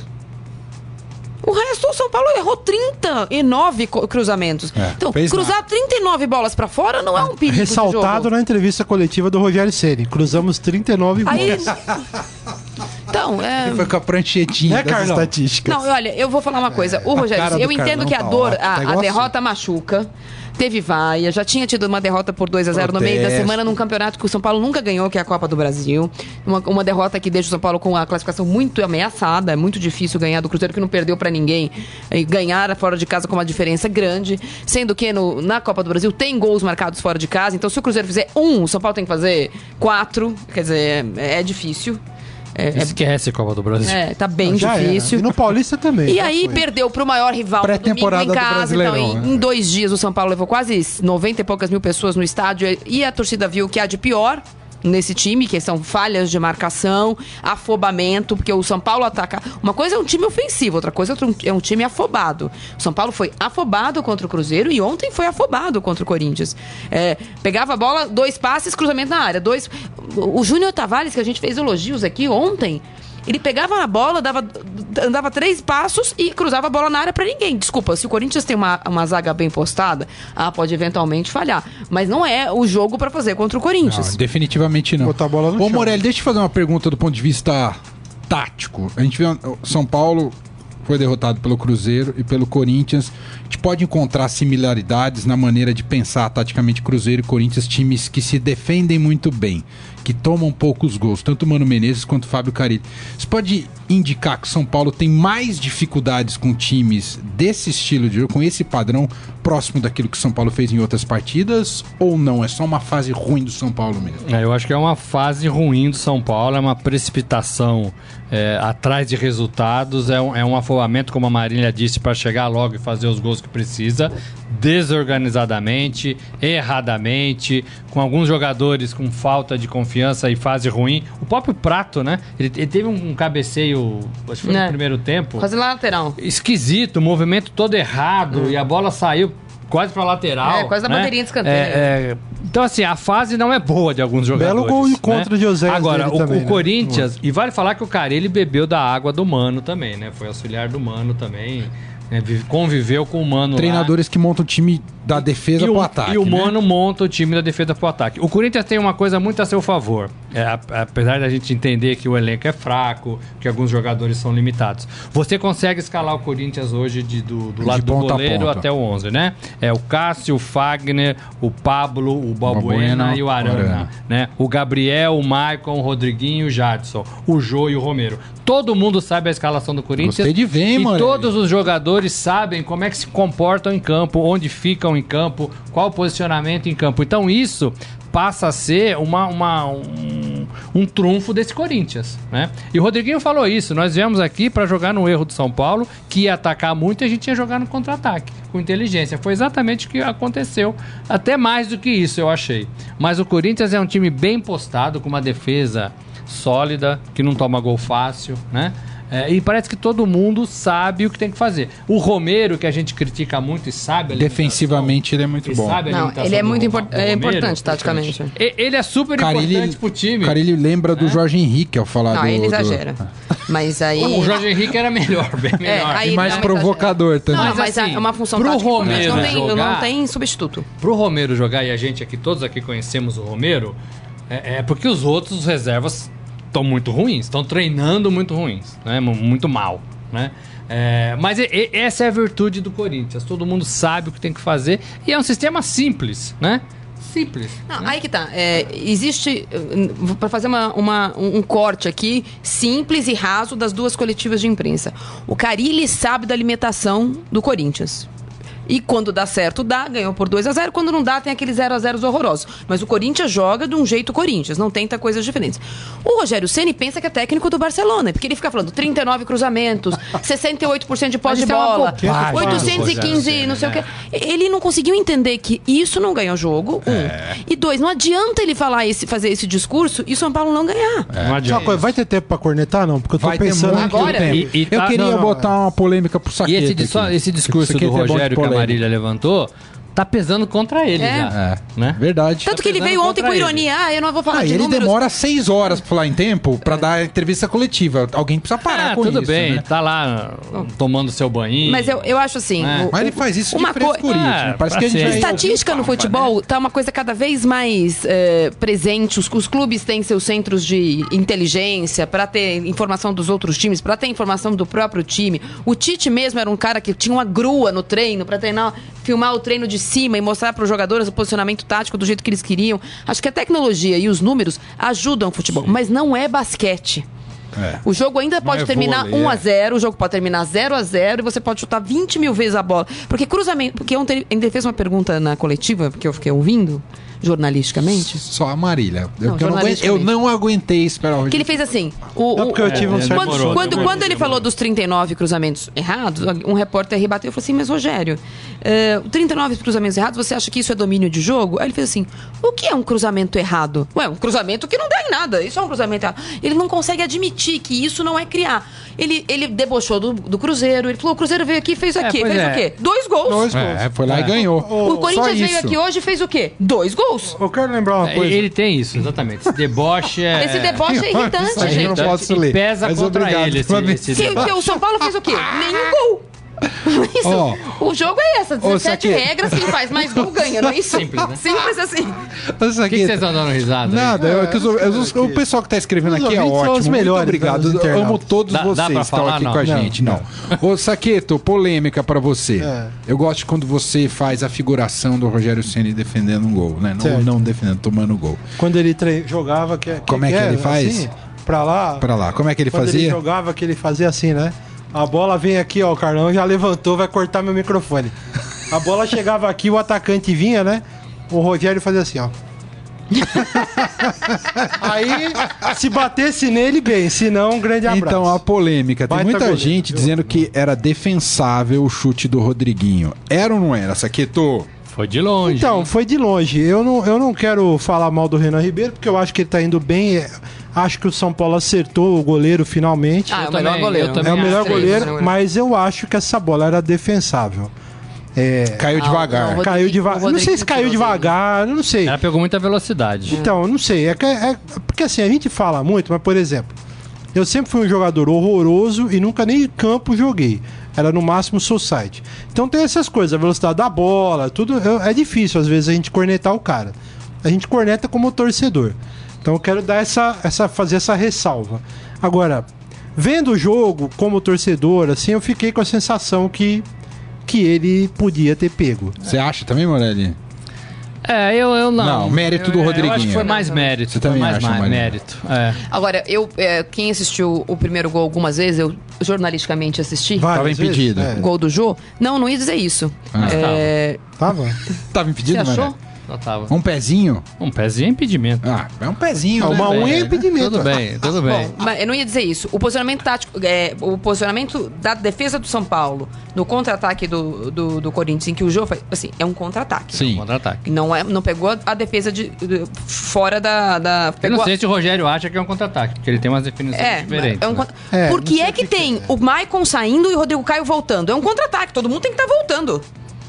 O resto, o São Paulo errou 39 cruzamentos. Então, fez cruzar 39 bolas pra fora não é um perigo de Ressaltado jogo. na entrevista coletiva do Rogério Ceni. Cruzamos 39 Aí, gols. então, Foi com a pranchetinha Né, das Carlão? estatísticas. não, olha, eu vou falar uma coisa. O Rogério, cara do eu entendo Carlão que a tá dor, ótimo, tá a igual derrota machuca. Teve vaia, já tinha tido uma derrota por 2-0 no meio da Protesto. semana num campeonato que o São Paulo nunca ganhou, que é a Copa do Brasil. Uma derrota que deixa o São Paulo com a classificação muito ameaçada. É muito difícil ganhar do Cruzeiro, que não perdeu pra ninguém. E ganhar fora de casa com uma diferença grande. Sendo que na Copa do Brasil tem gols marcados fora de casa. Então, se o Cruzeiro fizer 1, o São Paulo tem que fazer 4. Quer dizer, é difícil. Esquece a Copa do Brasil. Tá bem Já era. difícil. E no Paulista também. E já aí foi. perdeu pro maior rival no domingo Pré-temporada em do casa. Então, Brasileirão, em 2 dias o São Paulo levou quase 90 e poucas mil pessoas no estádio. E a torcida viu o que há de pior nesse time, que são falhas de marcação, afobamento, porque o São Paulo ataca... Uma coisa é um time ofensivo, outra coisa é um time afobado. O São Paulo foi afobado contra o Cruzeiro e ontem foi afobado contra o Corinthians. Pegava a bola, 2 passes, cruzamento na área. O Júnior Tavares, que a gente fez elogios aqui ontem... Ele pegava na bola, andava 3 passos e cruzava a bola na área pra ninguém. Desculpa, se o Corinthians tem uma zaga bem postada, pode eventualmente falhar. Mas não é o jogo pra fazer contra o Corinthians. Não, definitivamente não. Botar a bola no chão. Morelli, deixa eu te fazer uma pergunta do ponto de vista tático. A gente vê o São Paulo foi derrotado pelo Cruzeiro e pelo Corinthians. A gente pode encontrar similaridades na maneira de pensar taticamente Cruzeiro e Corinthians, times que se defendem muito bem, que tomam poucos gols, tanto o Mano Menezes quanto o Fábio Carille. Isso pode indicar que o São Paulo tem mais dificuldades com times desse estilo de jogo, com esse padrão, próximo daquilo que o São Paulo fez em outras partidas, ou não? É só uma fase ruim do São Paulo mesmo? Eu acho que é uma fase ruim do São Paulo, é uma precipitação atrás de resultados, é um afobamento, como a Marília disse, para chegar logo e fazer os gols que precisa, desorganizadamente, erradamente, com alguns jogadores com falta de confiança e fase ruim. O próprio Prato, né? Ele teve um cabeceio, acho que foi no primeiro tempo. Quase lateral. Esquisito, o movimento todo errado e a bola saiu quase pra lateral. Quase na bandeirinha de escanteio. Então, assim, a fase não é boa de alguns jogadores. Belo gol contra de José. Agora, também, o Corinthians, e vale falar que o Carille bebeu da água do Mano também, né? Foi auxiliar do Mano também. Conviveu com o Mano treinadores lá, que montam o time da defesa pro ataque. E o Mano monta o time da defesa pro ataque. O Corinthians tem uma coisa muito a seu favor. Apesar da gente entender que o elenco é fraco, que alguns jogadores são limitados. Você consegue escalar o Corinthians hoje do lado do goleiro até o 11, né? É o Cássio, o Fagner, o Pablo, o Balbuena e o Arana. Né? O Gabriel, o Maicon, o Rodriguinho, o Jadson, o Jô e o Romero. Todo mundo sabe a escalação do Corinthians. Gostei de ver, mano. E todos os jogadores sabem como é que se comportam em campo, onde ficam em campo, qual o posicionamento em campo. Então isso passa a ser um trunfo desse Corinthians, né? E o Rodriguinho falou isso. Nós viemos aqui para jogar no erro do São Paulo, que ia atacar muito e a gente ia jogar no contra-ataque, com inteligência. Foi exatamente o que aconteceu. Até mais do que isso, eu achei. Mas o Corinthians é um time bem postado, com uma defesa sólida, que não toma gol fácil, né? E parece que todo mundo sabe o que tem que fazer. O Romero, que a gente critica muito e sabe... Defensivamente ele é muito bom. Não, ele é muito importante taticamente. Ele é super importante pro time. O cara, ele lembra do Jorge Henrique ao falar Não, ele exagera. Mas aí... O Jorge Henrique era melhor, bem melhor. E mais provocador também. Não, mas assim, é uma função pro tática. Romero não tem substituto. Pro Romero jogar, e a gente aqui, todos aqui conhecemos o Romero, porque os outros reservas estão muito ruins, estão treinando muito ruins, né? Muito mal, né? Mas essa é a virtude do Corinthians. Todo mundo sabe o que tem que fazer e é um sistema simples, né? Simples. Não, né? Aí que tá. Existe, para fazer um corte aqui, simples e raso das duas coletivas de imprensa. O Carille sabe da limitação do Corinthians. E quando dá certo, ganhou por 2-0. Quando não dá, tem aqueles 0-0 horrorosos. Mas o Corinthians joga de um jeito Corinthians, não tenta coisas diferentes. O Rogério Ceni pensa que é técnico do Barcelona, porque ele fica falando 39 cruzamentos, 68% de posse de bola, 815, não sei o que. Ele não conseguiu entender que isso não ganha o jogo, e 2, não adianta ele fazer esse discurso e o São Paulo não ganhar. Não adianta. Vai ter tempo pra cornetar, não? Porque eu tô pensando agora. Eu queria botar uma polêmica pro Saqueta. E esse discurso do Rogério que a Marília levantou, tá pesando contra ele já. Né? Verdade. Tanto que ele veio ontem com ironia, eu não vou falar de ele números. Demora 6 horas pra falar em tempo pra dar a entrevista coletiva. Alguém precisa parar com tudo isso. Bem, né? Tá lá tomando seu banho. Mas eu acho assim... Mas ele faz isso de frescurinha. Parece que a gente estatística no futebol tá uma coisa cada vez mais presente. Os clubes têm seus centros de inteligência pra ter informação dos outros times, pra ter informação do próprio time. O Tite mesmo era um cara que tinha uma grua no treino pra treinar, filmar o treino de cima e mostrar para os jogadores o posicionamento tático do jeito que eles queriam. Acho que a tecnologia e os números ajudam o futebol, mas não é basquete. O jogo ainda pode terminar 1-0, o jogo pode terminar 0-0 e você pode chutar 20 mil vezes a bola. Porque cruzamento... Porque ontem ele fez uma pergunta na coletiva, que eu fiquei ouvindo, jornalisticamente. Só a Marília. Eu não aguentei esperar o que ele fez assim... porque eu tive um certo... Quando ele falou dos 39 cruzamentos errados, um repórter rebateu e falou assim, mas Rogério, 39 cruzamentos errados, você acha que isso é domínio de jogo? Aí ele fez assim, o que é um cruzamento errado? Um cruzamento que não dá em nada, isso é um cruzamento errado. Ele não consegue admitir que isso não é criar. Ele debochou do Cruzeiro, ele falou, o Cruzeiro veio aqui e fez aqui, fez o quê? 2 gols. Foi lá e ganhou. O Corinthians veio aqui hoje e fez o quê? 2 gols. gols. Eu quero lembrar uma coisa. Ele tem isso, exatamente. Esse deboche é... Esse deboche é irritante, Isso aí eu gente. não posso ler. E pesa Mas contra obrigado ele pela esse Que o São Paulo fez o quê? Nenhum gol. Isso. Ó. O jogo é essa, 17 Saque. regras, quem faz mais gol ganha, não é isso? Simples, né? Simples assim. Por que vocês estão dando risada? Nada, o pessoal que tá escrevendo Os aqui é ouvintes são ótimo. os melhores, Muito obrigado. os internautas. Amo todos Dá vocês pra que estão falar? aqui Não. com a gente. Não. Ô, Saqueto, polêmica pra você. É. Eu gosto quando você faz a figuração do Rogério Ceni defendendo um gol, né? Não, Certo. não defendendo, tomando gol. Quando ele jogava... Como é que ele faz? Assim, pra lá... Pra lá, como é que ele Quando ele fazia? jogava, que ele fazia assim, né? A bola vem aqui, ó, o Carlão já levantou, vai cortar meu microfone. A bola chegava aqui, o atacante vinha, né? O Rogério fazia assim, ó. Aí, se batesse nele, bem. Se não, um grande abraço. Então, a polêmica. Tem Baita muita goleiro, gente viu? dizendo que era defensável o chute do Rodriguinho. Era ou não era, Saqueto? Foi de longe. Então, foi de longe. Eu não quero falar mal do Renan Ribeiro, porque eu acho que ele tá indo bem. Acho que o São Paulo acertou o goleiro finalmente. Ah, é o melhor goleiro. eu também É o melhor acho. goleiro, mas eu acho que essa bola era defensável. Caiu devagar. não, Caiu devagar. o Não sei se Rodriguinho caiu tirou devagar, eu não sei. Ela pegou muita velocidade. Então, não sei. Porque assim, a gente fala muito, mas por exemplo, eu sempre fui um jogador horroroso e nunca nem em campo joguei. Era no máximo society. Então tem essas coisas, a velocidade da bola, tudo. É difícil às vezes a gente cornetar o cara. A gente corneta como torcedor. Então eu quero dar fazer essa ressalva. Agora, vendo o jogo como torcedor, assim, eu fiquei com a sensação que ele podia ter pego. Você acha também, Morelli? Eu não. Não, mérito do Eu Rodriguinho. acho que foi mais mérito. Você também foi mais acha, Marina? mérito. É. Agora, quem assistiu o primeiro gol algumas vezes, eu jornalisticamente assisti. Tava impedido. O gol do Jô. Não ia dizer isso. Tava? Tava impedido, Você achou? Morelli? Só tava. Um pezinho? Um pezinho é impedimento. Ah, é um pezinho. Não, né? uma unha é impedimento. Tudo bem, tudo bem. Bom, mas eu não ia dizer isso. O posicionamento tático, o posicionamento da defesa do São Paulo no contra-ataque do Corinthians, em que o Jô faz, assim, é um contra-ataque. Sim. Contra-ataque. Não pegou a defesa fora da Eu pegou não sei se o Rogério acha que é um contra-ataque, porque ele tem umas definições diferentes. É um né? contra... Por que é que tem o Maicon saindo e o Rodrigo Caio voltando? É um contra-ataque, todo mundo tem que estar voltando.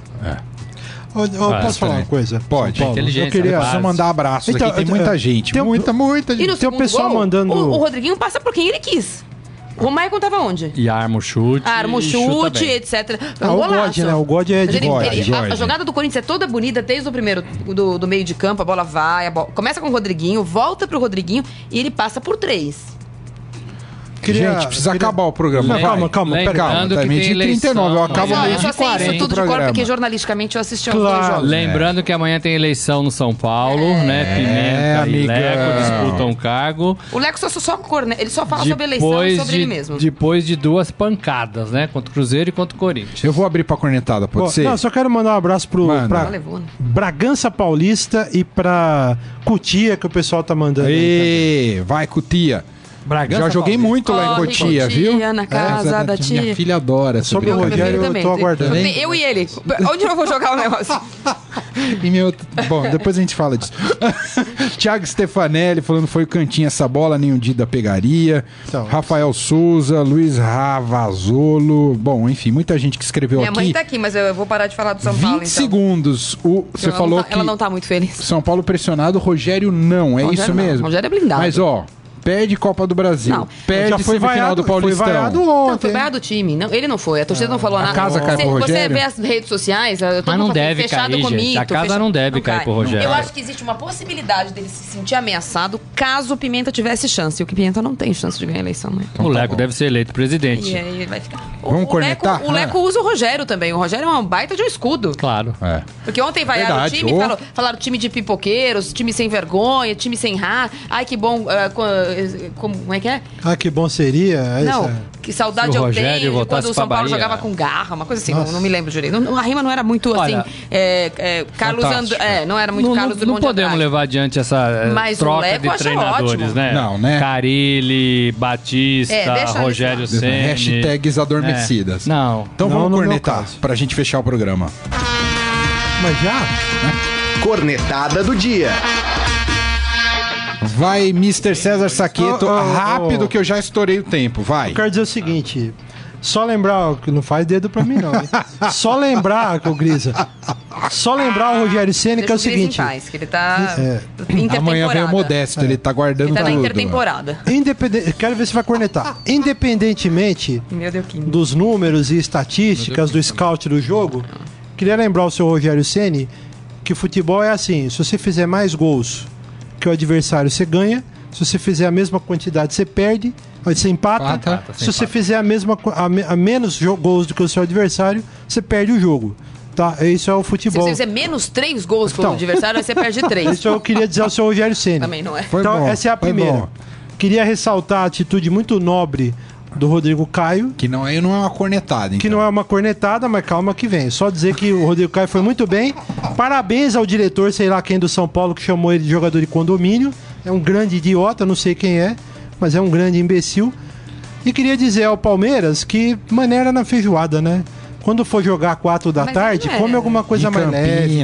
Posso falar uma coisa? Pode. Paulo? Inteligência, Eu queria... né? Precisa mandar abraços Então, aqui. Tem muita gente. tem- Muita E no gente. Tem o segundo pessoal gol, mandando- o Rodriguinho passa por quem ele quis. O Maicon tava onde? E arma o chute. Arma o e chuta chute, bem. etc. Ah, o God, né? O God é Mas de God. a jogada do Corinthians é toda bonita desde o primeiro do meio de campo, a bola vai, começa com o Rodriguinho, volta pro Rodriguinho e ele passa por 3. Gente, precisa acabar o programa. Não, vai. calma, pera. Lembrando Tá que meio tem de 39, eu eleição. acabo Mas, ó, meio eu só de sei 40 isso tudo de cor programa. porque jornalisticamente eu assisti aos Claro. dois jogos. Lembrando que amanhã tem eleição no São Paulo, né? Pimenta e amigão. Leco disputam o cargo. O Leco só ele só fala sobre eleição e sobre ele mesmo. Depois de 2 pancadas, né? Contra o Cruzeiro e contra o Corinthians. Eu vou abrir pra cornetada, pode ser? Não, só quero mandar um abraço Manda. pra Já levou, né? Bragança Paulista e pra Cotia, que o pessoal tá mandando. aí Ê, vai, Cutia. Bragança Já joguei Paulista. muito lá em Corre, Cotia, Cotia, viu? na casa da tia. Minha filha adora essa Sobre o brincadeira. Rogério, eu também. tô aguardando. Eu e ele. Onde eu vou jogar o negócio? E meu... Bom, depois a gente fala disso. Thiago Stefanelli falando foi o cantinho essa bola, nenhum Dida pegaria. Então. Rafael Souza, Luiz Ravazolo. Bom, enfim, muita gente que escreveu Minha aqui. mãe tá aqui, mas eu vou parar de falar do São 20 Paulo, então. segundos. Você Ela falou não tá- que Ela não tá muito feliz. São Paulo pressionado, Rogério não. É Rogério isso não. mesmo. Rogério é blindado. Mas, ó, perde Copa do Brasil. Não. Perde Já foi semifinal do vaiado, Paulistão. foi vaiado Não, ontem. foi vaiado do time. Não, ele não foi. A torcida não falou nada. casa cai pro Você Rogério? vê as redes sociais, todo Mas mundo não fala, deve fechado cair, com gente. mito, A casa não deve cair cai. pro Rogério. Eu acho que existe uma possibilidade dele se sentir ameaçado caso o Pimenta tivesse chance. E o Pimenta não tem chance de ganhar a eleição, né? O Leco deve ser eleito presidente. E aí vai ficar. Vamos cornetar? O Leco usa o Rogério também. O Rogério é uma baita de um escudo. Claro. É. Porque ontem vaiaram o Verdade, time, ô. falaram time de pipoqueiros, time sem vergonha, time sem ra. Ai, que bom. Como é que é? Ah, que bom seria. Não, que saudade Se o eu Rogério tenho de voltasse quando o São pra Paulo Bahia. jogava com garra, uma coisa assim, Nossa. não me lembro direito. A rima não era muito Olha, assim. Carlos fantástico. não era muito Carlos Não Drummond de podemos Andrade. levar adiante essa Mas o troca Leco de acha treinadores, ótimo. né? Não, né? Carilli, Batista, deixa Rogério eles Ceni. Hashtags adormecidas. Não. Então Não, vamos no meu cornetar caso. pra gente fechar o programa. Mas já? Cornetada do dia. Vai, Mr. César Saqueto, Oh, oh, rápido oh. que eu já estourei o tempo, vai. Eu quero dizer o seguinte. Só lembrar, que não faz dedo pra mim não, hein? Só lembrar, o Grisa. Só lembrar o Rogério Ceni que é o seguinte. Paz, que ele tá intertemporada. Amanhã vem o Modesto, ele tá guardando Ele tá na tudo. intertemporada. Quero ver se vai cornetar. Independentemente Meu Deus, que dos números e estatísticas do scout do jogo, queria lembrar o seu Rogério Ceni que futebol é assim, se você fizer mais gols que o adversário, você ganha. Se você fizer a mesma quantidade, você perde. Você empata. Se você fizer a menos gols do que o seu adversário, você perde o jogo. Tá? Isso é o futebol. Se você fizer menos 3 gols que o adversário, você perde 3. Isso eu queria dizer ao seu Rogério Ceni. Também não é. Então, essa é a primeira. Queria ressaltar a atitude muito nobre do Rodrigo Caio. Que não é uma cornetada, então. Que não é uma cornetada, mas calma que vem. Só dizer que o Rodrigo Caio foi muito bem. Parabéns ao diretor, sei lá quem do São Paulo, que chamou ele de jogador de condomínio. É um grande idiota, não sei quem é, mas é um grande imbecil. E queria dizer ao Palmeiras que maneira na feijoada, né? Quando for jogar 4 da tarde, come alguma coisa mais leve.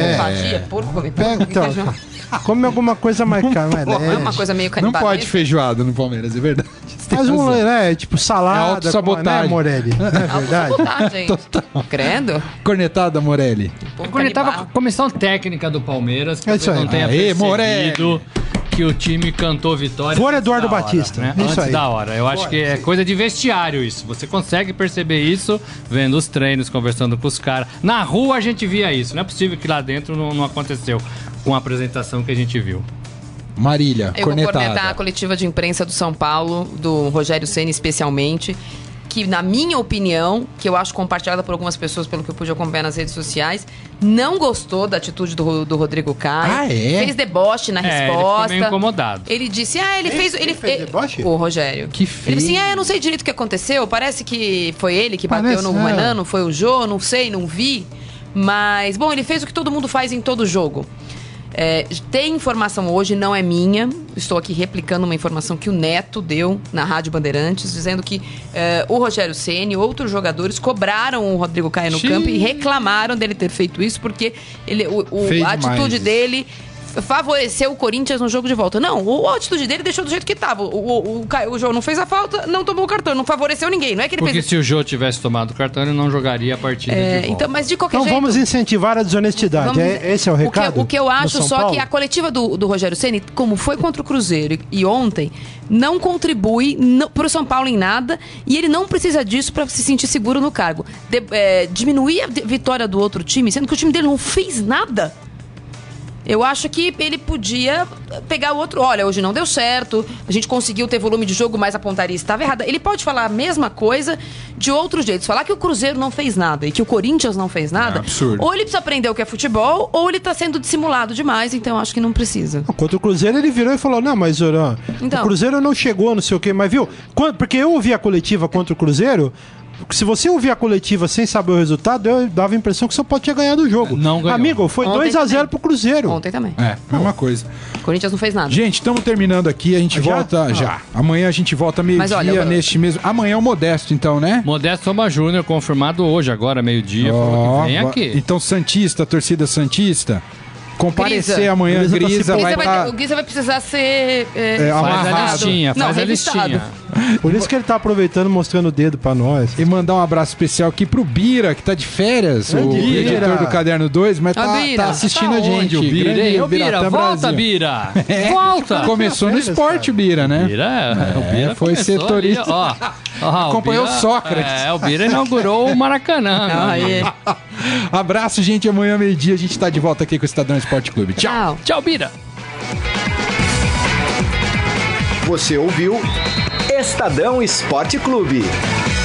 Come alguma coisa mais leve. É uma coisa meio canibalismo. Não pode feijoada no Palmeiras, é verdade. Faz tipo salada. É autossabotagem. Né, Morelli? Não é verdade? Total. Credo. Cornetada, Morelli. Cornetava a comissão técnica do Palmeiras, que não tenha percebido que o time cantou vitória. Fora Eduardo Batista. Né? Antes da hora. Eu acho que é coisa de vestiário isso. Você consegue perceber isso vendo os treinos, conversando com os caras. Na rua a gente via isso. Não é possível que lá dentro não aconteceu com a apresentação que a gente viu. Marília, eu vou cornetar a coletiva de imprensa do São Paulo, do Rogério Ceni especialmente, que na minha opinião, que eu acho compartilhada por algumas pessoas pelo que eu pude acompanhar nas redes sociais, não gostou da atitude do Rodrigo Caio. Fez deboche na resposta. Ele ficou meio incomodado. Ele disse, ele fez deboche? O Rogério. Que feio. Ele disse eu não sei direito o que aconteceu, parece que foi ele que bateu no Renan, não foi o Jô, não sei, não vi. Mas, bom, ele fez o que todo mundo faz em todo jogo. Tem informação hoje, não é minha. Estou aqui replicando uma informação que o Neto deu na Rádio Bandeirantes, dizendo que o Rogério Ceni e outros jogadores cobraram o Rodrigo Caio no campo e reclamaram dele ter feito isso porque a atitude dele favoreceu o Corinthians no jogo de volta. Não, a atitude dele deixou do jeito que estava. O Jô não fez a falta, não tomou o cartão, não favoreceu ninguém. Não é que ele porque fez... se o Jô tivesse tomado o cartão, ele não jogaria a partida de volta. Então, mas de qualquer jeito... Então vamos incentivar a desonestidade. Esse é o recado? O que eu acho só que a coletiva do Rogério Ceni, como foi contra o Cruzeiro e ontem, não contribui pro São Paulo em nada e ele não precisa disso para se sentir seguro no cargo. Diminuir a vitória do outro time, sendo que o time dele não fez nada. Eu acho que ele podia pegar o outro. Olha, hoje não deu certo, a gente conseguiu ter volume de jogo, mas a pontaria estava errada. Ele pode falar a mesma coisa de outro jeito. Falar que o Cruzeiro não fez nada e que o Corinthians não fez nada. É absurdo. Ou ele precisa aprender o que é futebol, ou ele está sendo dissimulado demais, então acho que não precisa. Contra o Cruzeiro ele virou e falou, não, mas o Cruzeiro não chegou, não sei o quê, mas viu? Porque eu ouvi a coletiva contra o Cruzeiro. Se você ouvir a coletiva sem saber o resultado, eu dava a impressão que o São Paulo tinha ganhado o jogo. Não ganhou. Amigo, foi 2-0 pro Cruzeiro. Ontem também. Mesma coisa. O Corinthians não fez nada. Gente, estamos terminando aqui, a gente volta já. Amanhã a gente volta meio-dia neste mesmo... Amanhã é o Modesto, então, né? Modesto Soma Júnior, confirmado hoje, agora, meio-dia, falou que vem aqui. Então, Santista, torcida Santista... Comparecer amanhã, Grisa vai estar... O Grisa vai precisar ser... Faz a listinha, faz a listinha. Por isso que ele tá aproveitando, mostrando o dedo pra nós. E mandar um abraço especial aqui pro Bira, que tá de férias, o editor do Caderno 2, mas tá assistindo a gente. O Bira, Biratã volta, Brasil. Bira! Volta! Começou no esporte, o Bira, né? O Bira foi setorista. Acompanhou o Sócrates. O Bira inaugurou o Maracanã. Abraço, gente. Amanhã, meio-dia, a gente tá de volta aqui com o Estadão Esporte Clube. Tchau. Tchau, Bira. Você ouviu Estadão Esporte Clube.